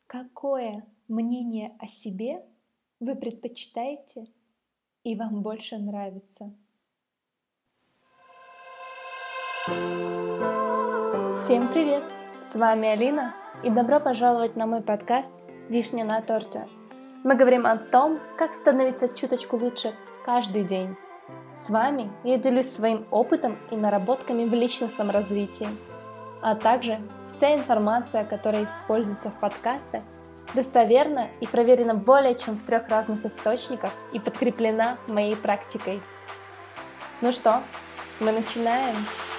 Какое мнение о себе вы предпочитаете и вам больше нравится? Всем привет! С вами Алина и добро пожаловать на мой подкаст «Вишня на торте». Мы говорим о том, как становиться чуточку лучше каждый день. С вами я делюсь своим опытом и наработками в личностном развитии, а также вся информация, которая используется в подкастах, достоверна и проверена более чем в 3 разных источниках и подкреплена моей практикой. Ну что, мы начинаем?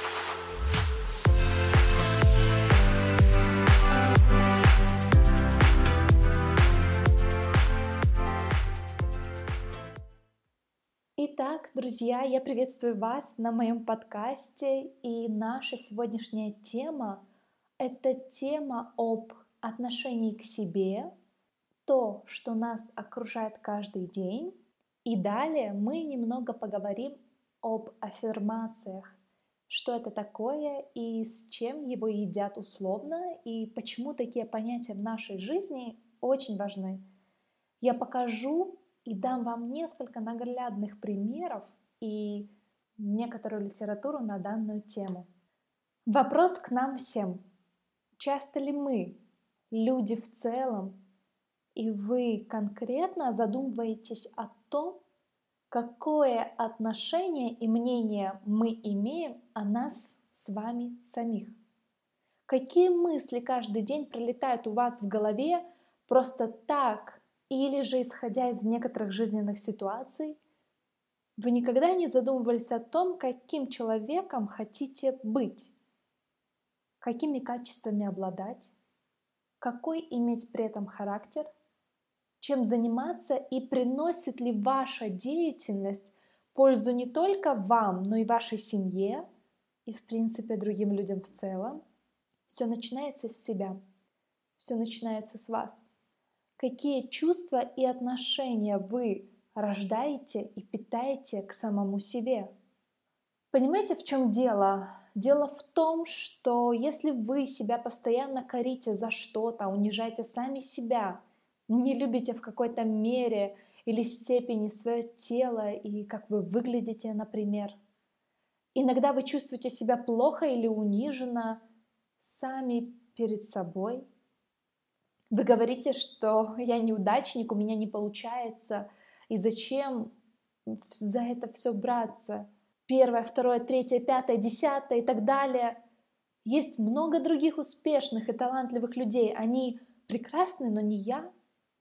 Итак, друзья, я приветствую вас на моем подкасте, и наша сегодняшняя тема – это тема об отношении к себе, то, что нас окружает каждый день. И далее мы немного поговорим об аффирмациях, что это такое и с чем его едят условно, и почему такие понятия в нашей жизни очень важны. Я покажу и дам вам несколько наглядных примеров и некоторую литературу на данную тему. Вопрос к нам всем. Часто ли мы, люди в целом, и вы конкретно задумываетесь о том, какое отношение и мнение мы имеем о нас с вами самих? Какие мысли каждый день пролетают у вас в голове просто так, или же исходя из некоторых жизненных ситуаций? Вы никогда не задумывались о том, каким человеком хотите быть? Какими качествами обладать? Какой иметь при этом характер? Чем заниматься и приносит ли ваша деятельность пользу не только вам, но и вашей семье и, в принципе, другим людям в целом? Все начинается с себя, все начинается с вас. Какие чувства и отношения вы рождаете и питаете к самому себе? Понимаете, в чем дело? Дело в том, что если вы себя постоянно корите за что-то, унижаете сами себя, не любите в какой-то мере или степени свое тело и как вы выглядите, например, иногда вы чувствуете себя плохо или униженно сами перед собой, вы говорите, что я неудачник, у меня не получается, и зачем за это все браться? 1, 2, 3, 5, 10 и так далее. Есть много других успешных и талантливых людей. Они прекрасны, но не я.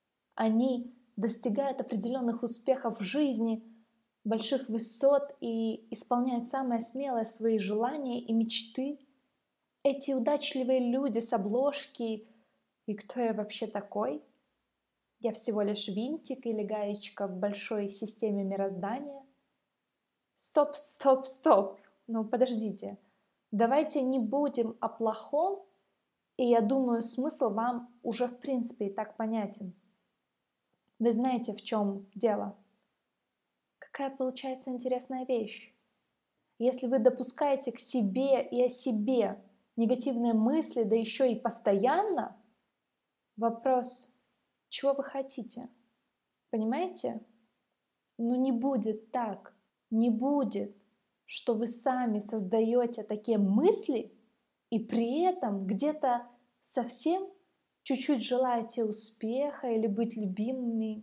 Они достигают определенных успехов в жизни, больших высот и исполняют самые смелые свои желания и мечты. Эти удачливые люди с обложки. И кто я вообще такой? Я всего лишь винтик или гаечка в большой системе мироздания? Стоп, стоп, стоп. Ну подождите. Давайте не будем о плохом, и я думаю, смысл вам уже в принципе и так понятен. Вы знаете, в чем дело. Какая получается интересная вещь. Если вы допускаете к себе и о себе негативные мысли, да еще и постоянно, вопрос, чего вы хотите? Понимаете? Но не будет так, не будет, что вы сами создаете такие мысли и при этом где-то совсем чуть-чуть желаете успеха или быть любимыми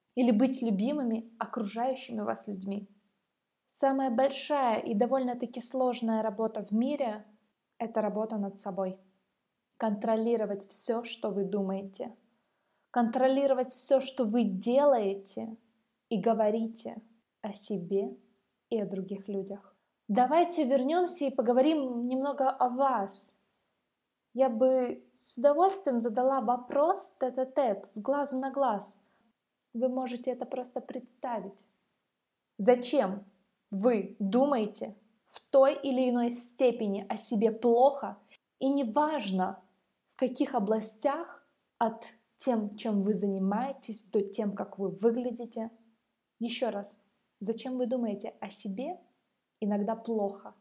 окружающими вас людьми. Самая большая и довольно-таки сложная работа в мире – это работа над собой. Контролировать все, что вы думаете. Контролировать все, что вы делаете и говорите о себе и о других людях. Давайте вернемся и поговорим немного о вас. Я бы с удовольствием задала вопрос тет-а-тет, с глазу на глаз. Вы можете это просто представить. Зачем вы думаете в той или иной степени о себе плохо, и неважно, в каких областях, от тем, чем вы занимаетесь, до тем, как вы выглядите. Еще раз, зачем вы думаете о себе иногда плохо?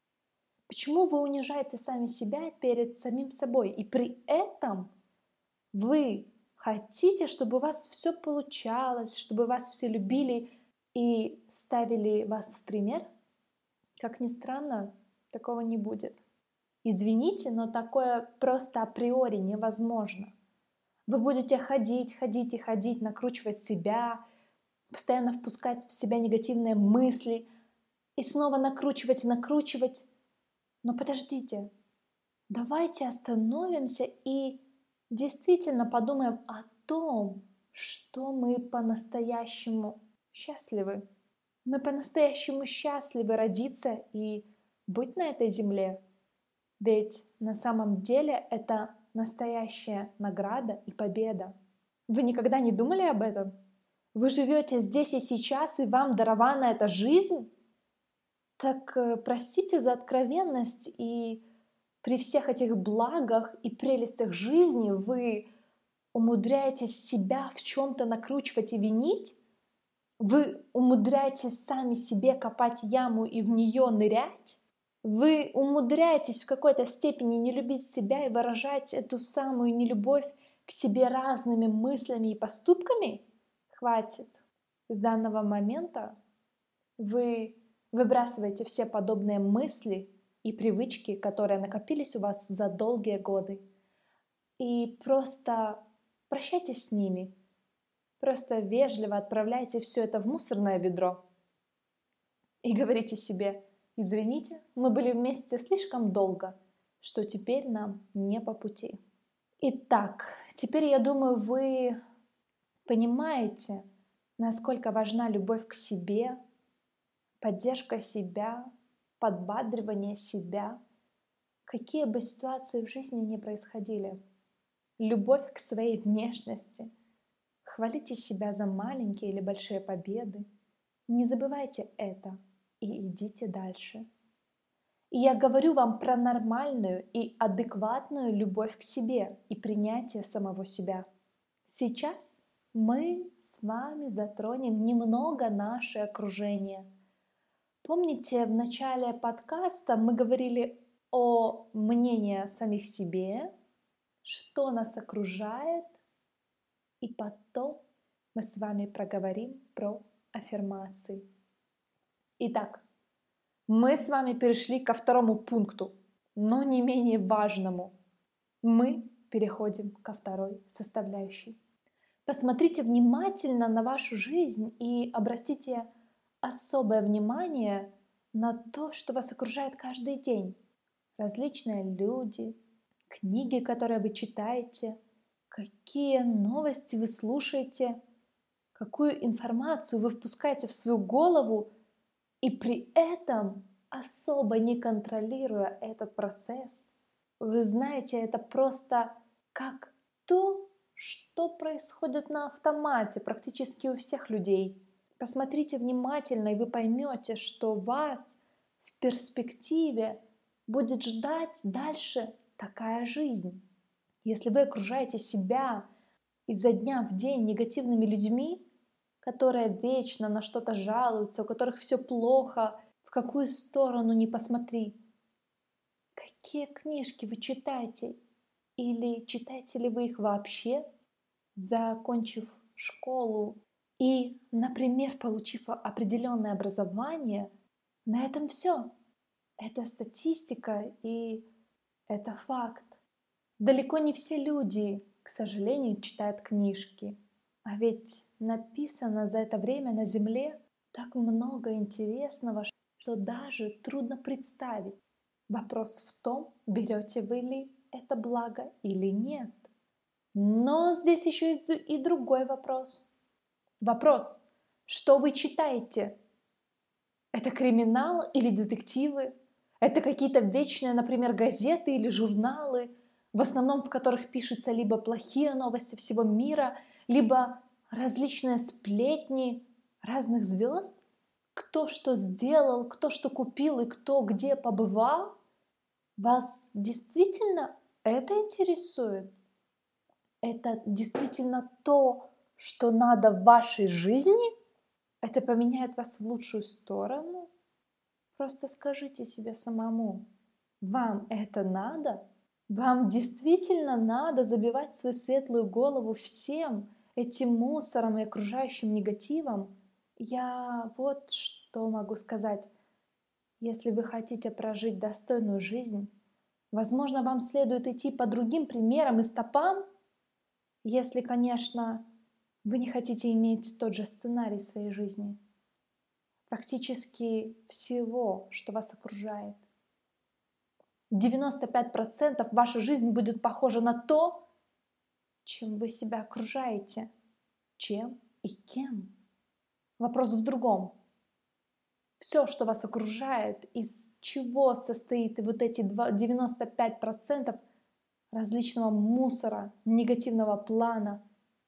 Почему вы унижаете сами себя перед самим собой, и при этом Вы хотите, чтобы у вас все получалось, чтобы вас все любили и ставили вас в пример? Как ни странно, такого не будет. Извините, но такое просто априори невозможно. Вы будете ходить, ходить и ходить, накручивать себя, постоянно впускать в себя негативные мысли и снова накручивать и накручивать. Но подождите, давайте остановимся и действительно подумаем о том, что мы по-настоящему счастливы. Мы по-настоящему счастливы родиться и быть на этой земле. Ведь на самом деле это настоящая награда и победа. Вы никогда не думали об этом? Вы живете здесь и сейчас, и вам дарована эта жизнь? Так простите за откровенность, и при всех этих благах и прелестях жизни вы умудряетесь себя в чем-то накручивать и винить? Вы умудряетесь сами себе копать яму и в нее нырять? Вы умудряетесь в какой-то степени не любить себя и выражать эту самую нелюбовь к себе разными мыслями и поступками? Хватит. С данного момента вы выбрасываете все подобные мысли и привычки, которые накопились у вас за долгие годы. И просто прощайтесь с ними. Просто вежливо отправляйте все это в мусорное ведро. И говорите себе: извините, мы были вместе слишком долго, что теперь нам не по пути. Итак, теперь, я думаю, вы понимаете, насколько важна любовь к себе, поддержка себя, подбадривание себя, какие бы ситуации в жизни ни происходили. Любовь к своей внешности. Хвалите себя за маленькие или большие победы. Не забывайте это и идите дальше. И я говорю вам про нормальную и адекватную любовь к себе и принятие самого себя. Сейчас мы с вами затронем немного наше окружение. Помните, в начале подкаста мы говорили о мнении о самих себе, что нас окружает, и потом мы с вами проговорим про аффирмации. Итак, мы с вами перешли ко второму пункту, но не менее важному. Мы переходим ко второй составляющей. Посмотрите внимательно на вашу жизнь и обратите особое внимание на то, что вас окружает каждый день. Различные люди, книги, которые вы читаете, какие новости вы слушаете, какую информацию вы впускаете в свою голову, и при этом особо не контролируя этот процесс. Вы знаете, это просто как то, что происходит на автомате практически у всех людей. Посмотрите внимательно, и вы поймете, что вас в перспективе будет ждать дальше такая жизнь. Если вы окружаете себя изо дня в день негативными людьми, которые вечно на что-то жалуются, у которых все плохо, в какую сторону ни посмотри, какие книжки вы читаете? Или читаете ли вы их вообще, закончив школу и, например, получив определенное образование? На этом все. Это статистика и это факт. Далеко не все люди, к сожалению, читают книжки. А ведь написано за это время на Земле так много интересного, что даже трудно представить. Вопрос в том, берете вы ли это благо или нет. Но здесь еще есть и другой вопрос. Вопрос, что вы читаете? Это криминал или детективы? Это какие-то вечные, например, газеты или журналы, в основном в которых пишутся либо плохие новости всего мира, либо различные сплетни разных звезд? Кто что сделал, кто что купил и кто где побывал? Вас действительно это интересует? Это действительно то, что надо в вашей жизни? Это поменяет вас в лучшую сторону? Просто скажите себе самому, вам это надо? Вам действительно надо забивать свою светлую голову всем этим мусором и окружающим негативом? Я вот что могу сказать. Если вы хотите прожить достойную жизнь, возможно, вам следует идти по другим примерам и стопам, если, конечно, вы не хотите иметь тот же сценарий в своей жизни. Практически всего, что вас окружает. 95% ваша жизнь будет похожа на то, чем вы себя окружаете. Чем и кем. Вопрос в другом. Все, что вас окружает, из чего состоит вот эти 95% различного мусора, негативного плана,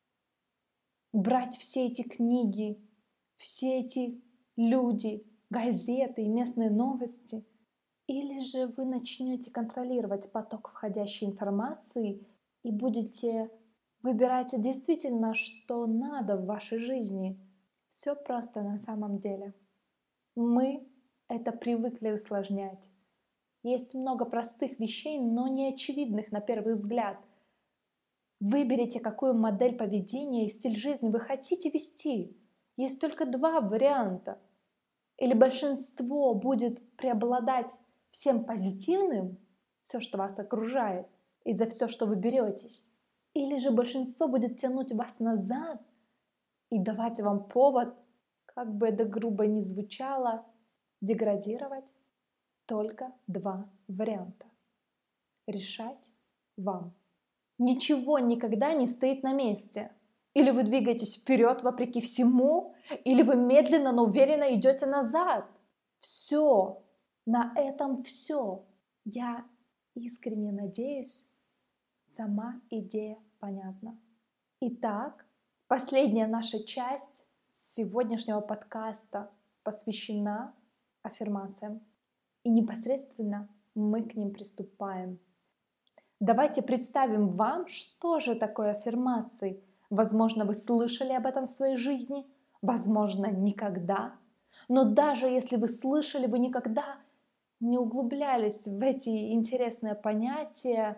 брать все эти книги, все эти люди, газеты и местные новости, или же вы начнете контролировать поток входящей информации и будете выбирать действительно, что надо в вашей жизни. Все просто на самом деле. Мы это привыкли усложнять. Есть много простых вещей, но не очевидных на первый взгляд. Выберите, какую модель поведения и стиль жизни вы хотите вести. Есть только два варианта. Или большинство будет преобладать всем позитивным, все, что вас окружает, и за все, что вы беретесь. Или же большинство будет тянуть вас назад и давать вам повод, как бы это грубо ни звучало, деградировать. Только два варианта. Решать вам. Ничего никогда не стоит на месте. Или вы двигаетесь вперед вопреки всему, или вы медленно, но уверенно идете назад. Все. На этом все. Я искренне надеюсь, сама идея понятна. Итак, последняя наша часть сегодняшнего подкаста посвящена аффирмациям. И непосредственно мы к ним приступаем. Давайте представим вам, что же такое аффирмации. Возможно, вы слышали об этом в своей жизни, возможно, никогда. Но даже если вы слышали, вы никогда не углублялись в эти интересные понятия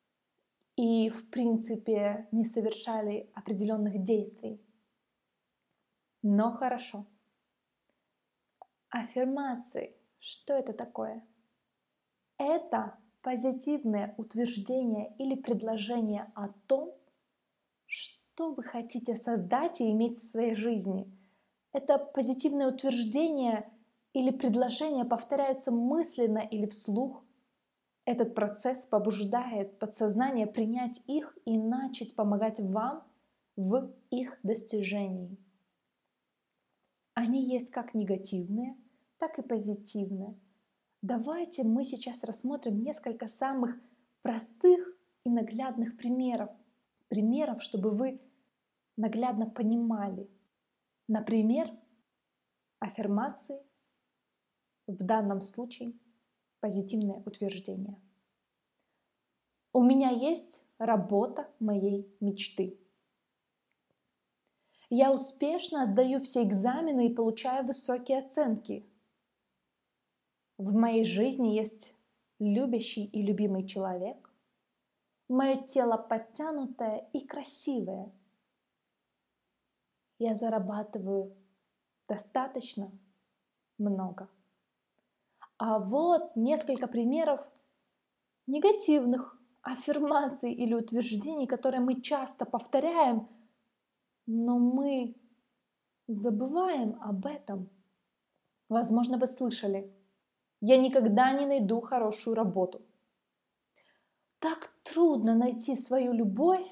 и, в принципе, не совершали определенных действий. Но хорошо. Аффирмации. Что это такое? Это позитивное утверждение или предложение о том, что вы хотите создать и иметь в своей жизни. Это позитивное утверждение или предложение повторяются мысленно или вслух. Этот процесс побуждает подсознание принять их и начать помогать вам в их достижении. Они есть как негативные, так и позитивные. Давайте мы сейчас рассмотрим несколько самых простых и наглядных примеров, чтобы вы наглядно понимали. Например, аффирмации, в данном случае позитивное утверждение. У меня есть работа моей мечты. Я успешно сдаю все экзамены и получаю высокие оценки. В моей жизни есть любящий и любимый человек. Мое тело подтянутое и красивое. Я зарабатываю достаточно много. А вот несколько примеров негативных аффирмаций или утверждений, которые мы часто повторяем, но мы забываем об этом. Возможно, вы слышали: «Я никогда не найду хорошую работу». Так трудно найти свою любовь.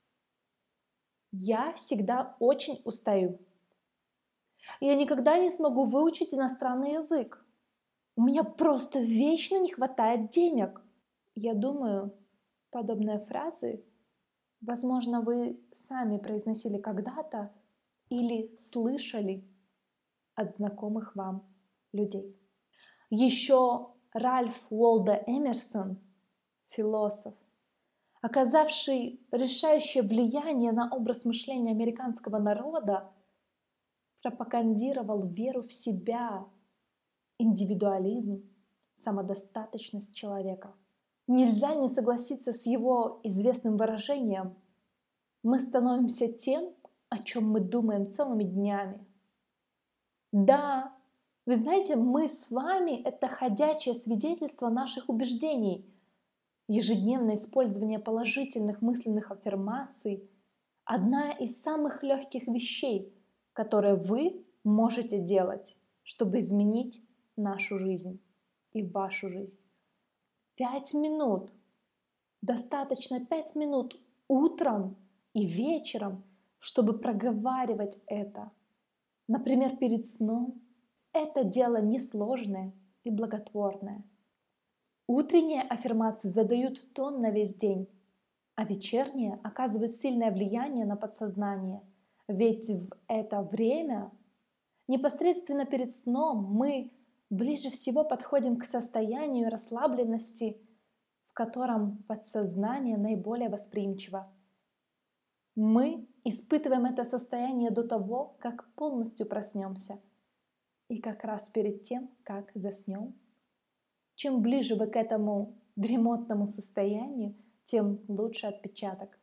Я всегда очень устаю. Я никогда не смогу выучить иностранный язык. У меня просто вечно не хватает денег. Я думаю, подобные фразы, возможно, вы сами произносили когда-то или слышали от знакомых вам людей. Еще Ральф Уолдо Эмерсон, философ, оказавший решающее влияние на образ мышления американского народа, пропагандировал веру в себя, индивидуализм, самодостаточность человека. Нельзя не согласиться с его известным выражением: «Мы становимся тем, о чем мы думаем целыми днями». Да, вы знаете, мы с вами — это ходячее свидетельство наших убеждений. Ежедневное использование положительных мысленных аффирмаций — одна из самых легких вещей, которые вы можете делать, чтобы изменить нашу жизнь и вашу жизнь. 5 минут. Достаточно 5 минут утром и вечером, чтобы проговаривать это. Например, перед сном. Это дело несложное и благотворное. Утренние аффирмации задают тон на весь день, а вечерние оказывают сильное влияние на подсознание. Ведь в это время, непосредственно перед сном, мы ближе всего подходим к состоянию расслабленности, в котором подсознание наиболее восприимчиво. Мы испытываем это состояние до того, как полностью проснемся. И как раз перед тем, как заснем. Чем ближе вы к этому дремотному состоянию, тем лучше отпечаток.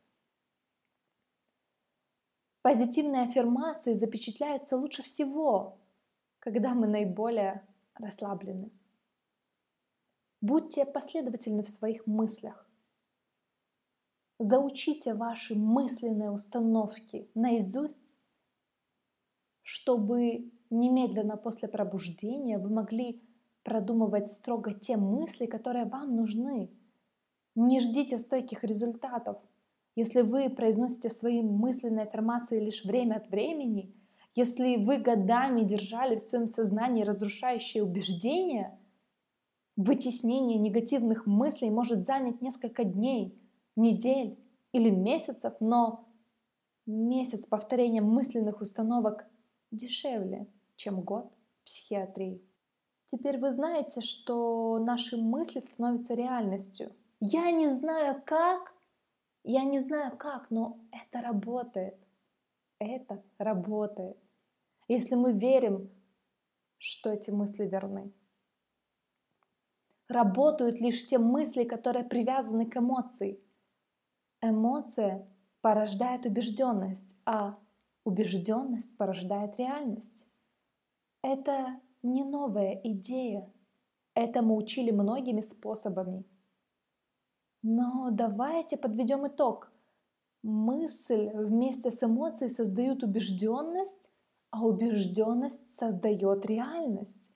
Позитивные аффирмации запечатляются лучше всего, когда мы наиболее расслаблены. Будьте последовательны в своих мыслях. Заучите ваши мысленные установки наизусть, чтобы немедленно после пробуждения вы могли продумывать строго те мысли, которые вам нужны. Не ждите стойких результатов. Если вы произносите свои мысленные аффирмации лишь время от времени, если вы годами держали в своем сознании разрушающие убеждения, вытеснение негативных мыслей может занять несколько дней, недель или месяцев, но месяц повторения мысленных установок дешевле, чем год психиатрии. Теперь вы знаете, что наши мысли становятся реальностью. Я не знаю как, но это работает. Это работает. Если мы верим, что эти мысли верны. Работают лишь те мысли, которые привязаны к эмоции. Эмоция порождает убежденность, а убежденность порождает реальность. Это не новая идея. Этому учили многими способами. Но давайте подведем итог. Мысль вместе с эмоцией создают убежденность, а убежденность создает реальность.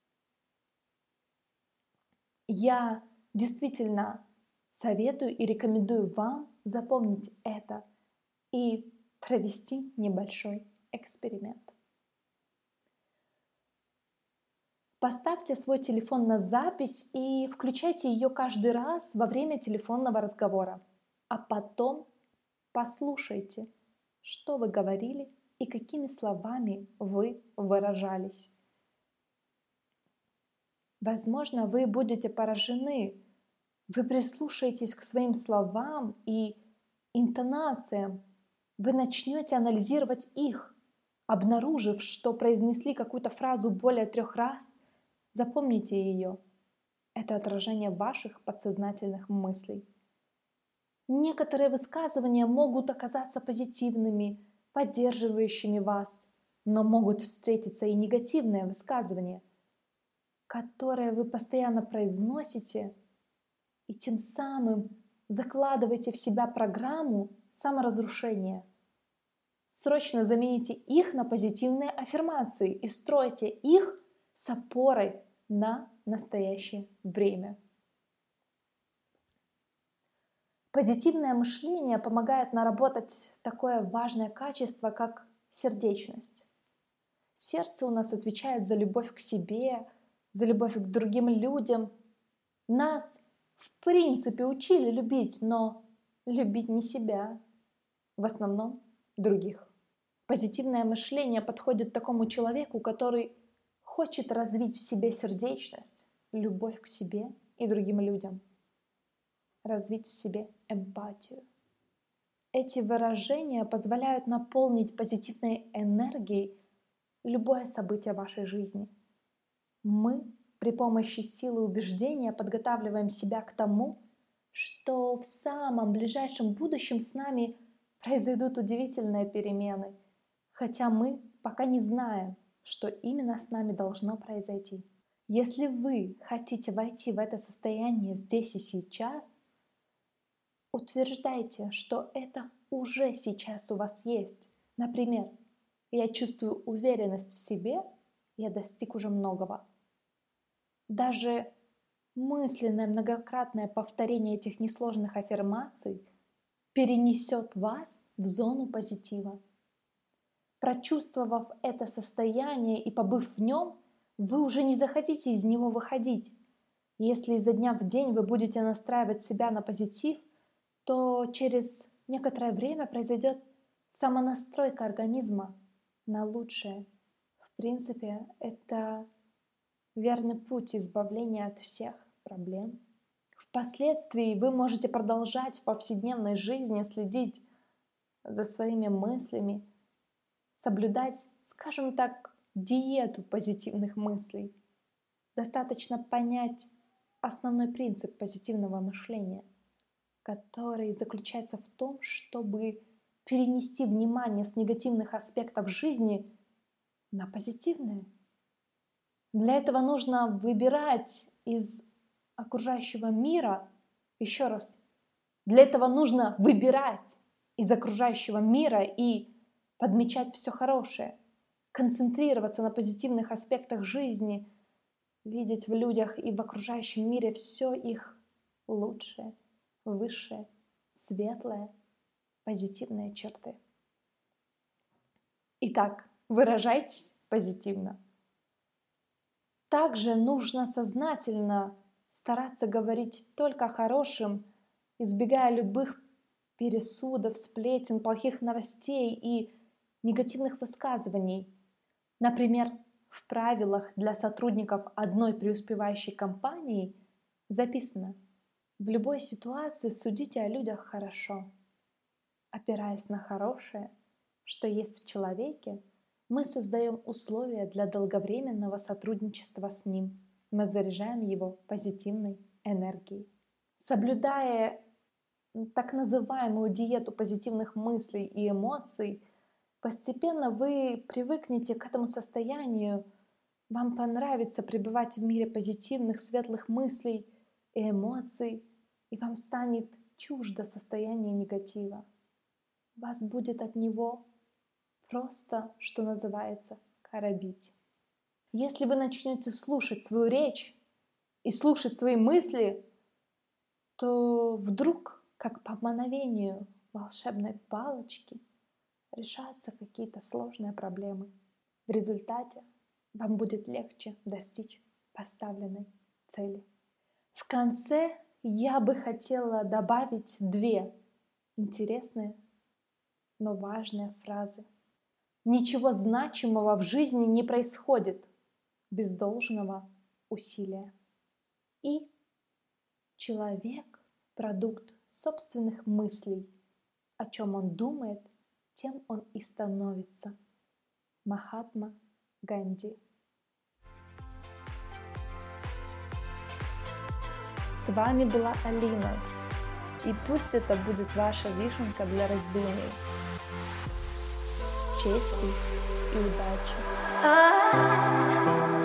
Я действительно советую и рекомендую вам запомнить это и провести небольшой эксперимент. Поставьте свой телефон на запись и включайте ее каждый раз во время телефонного разговора, а потом послушайте, что вы говорили и какими словами вы выражались. Возможно, вы будете поражены. Вы прислушаетесь к своим словам и интонациям. Вы начнете анализировать их, обнаружив, что произнесли какую-то фразу более 3 раз. Запомните ее. Это отражение ваших подсознательных мыслей. Некоторые высказывания могут оказаться позитивными, поддерживающими вас, но могут встретиться и негативные высказывания, которые вы постоянно произносите, и тем самым закладываете в себя программу саморазрушения. Срочно замените их на позитивные аффирмации и стройте их с опорой на настоящее время. Позитивное мышление помогает наработать такое важное качество, как сердечность. Сердце у нас отвечает за любовь к себе, за любовь к другим людям. Нас, в принципе, учили любить, но любить не себя, в основном других. Позитивное мышление подходит такому человеку, который хочет развить в себе сердечность, любовь к себе и другим людям. Развить в себе эмпатию. Эти выражения позволяют наполнить позитивной энергией любое событие вашей жизни. Мы при помощи силы убеждения подготавливаем себя к тому, что в самом ближайшем будущем с нами произойдут удивительные перемены, хотя мы пока не знаем, что именно с нами должно произойти. Если вы хотите войти в это состояние здесь и сейчас, утверждайте, что это уже сейчас у вас есть. Например, я чувствую уверенность в себе, я достиг уже многого. Даже мысленное многократное повторение этих несложных аффирмаций перенесет вас в зону позитива. Прочувствовав это состояние и побыв в нем, вы уже не захотите из него выходить. Если изо дня в день вы будете настраивать себя на позитив, то через некоторое время произойдет самонастройка организма на лучшее. В принципе, это верный путь избавления от всех проблем. Впоследствии вы можете продолжать в повседневной жизни следить за своими мыслями, соблюдать, скажем так, диету позитивных мыслей. Достаточно понять основной принцип позитивного мышления, который заключается в том, чтобы перенести внимание с негативных аспектов жизни на позитивные. Для этого нужно выбирать из окружающего мира, еще раз, для этого нужно выбирать из окружающего мира и подмечать все хорошее, концентрироваться на позитивных аспектах жизни, видеть в людях и в окружающем мире все их лучшее, высшее, светлое, позитивные черты. Итак, выражайтесь позитивно. Также нужно сознательно стараться говорить только о хорошем, избегая любых пересудов, сплетен, плохих новостей и негативных высказываний. Например, в правилах для сотрудников одной преуспевающей компании записано: в любой ситуации судите о людях хорошо. Опираясь на хорошее, что есть в человеке, мы создаем условия для долговременного сотрудничества с ним. Мы заряжаем его позитивной энергией. Соблюдая так называемую диету позитивных мыслей и эмоций, постепенно вы привыкнете к этому состоянию, вам понравится пребывать в мире позитивных, светлых мыслей и эмоций, и вам станет чуждо состояние негатива. Вас будет от него просто, что называется, коробить. Если вы начнете слушать свою речь и слушать свои мысли, то вдруг, как по мановению волшебной палочки, решатся какие-то сложные проблемы. В результате вам будет легче достичь поставленной цели. В конце я бы хотела добавить 2 интересные, но важные фразы. Ничего значимого в жизни не происходит без должного усилия. И человек – продукт собственных мыслей. О чем он думает, тем он и становится. Махатма Ганди. С вами была Алина. И пусть это будет ваша вишенка для раздумий. Чести и удачи!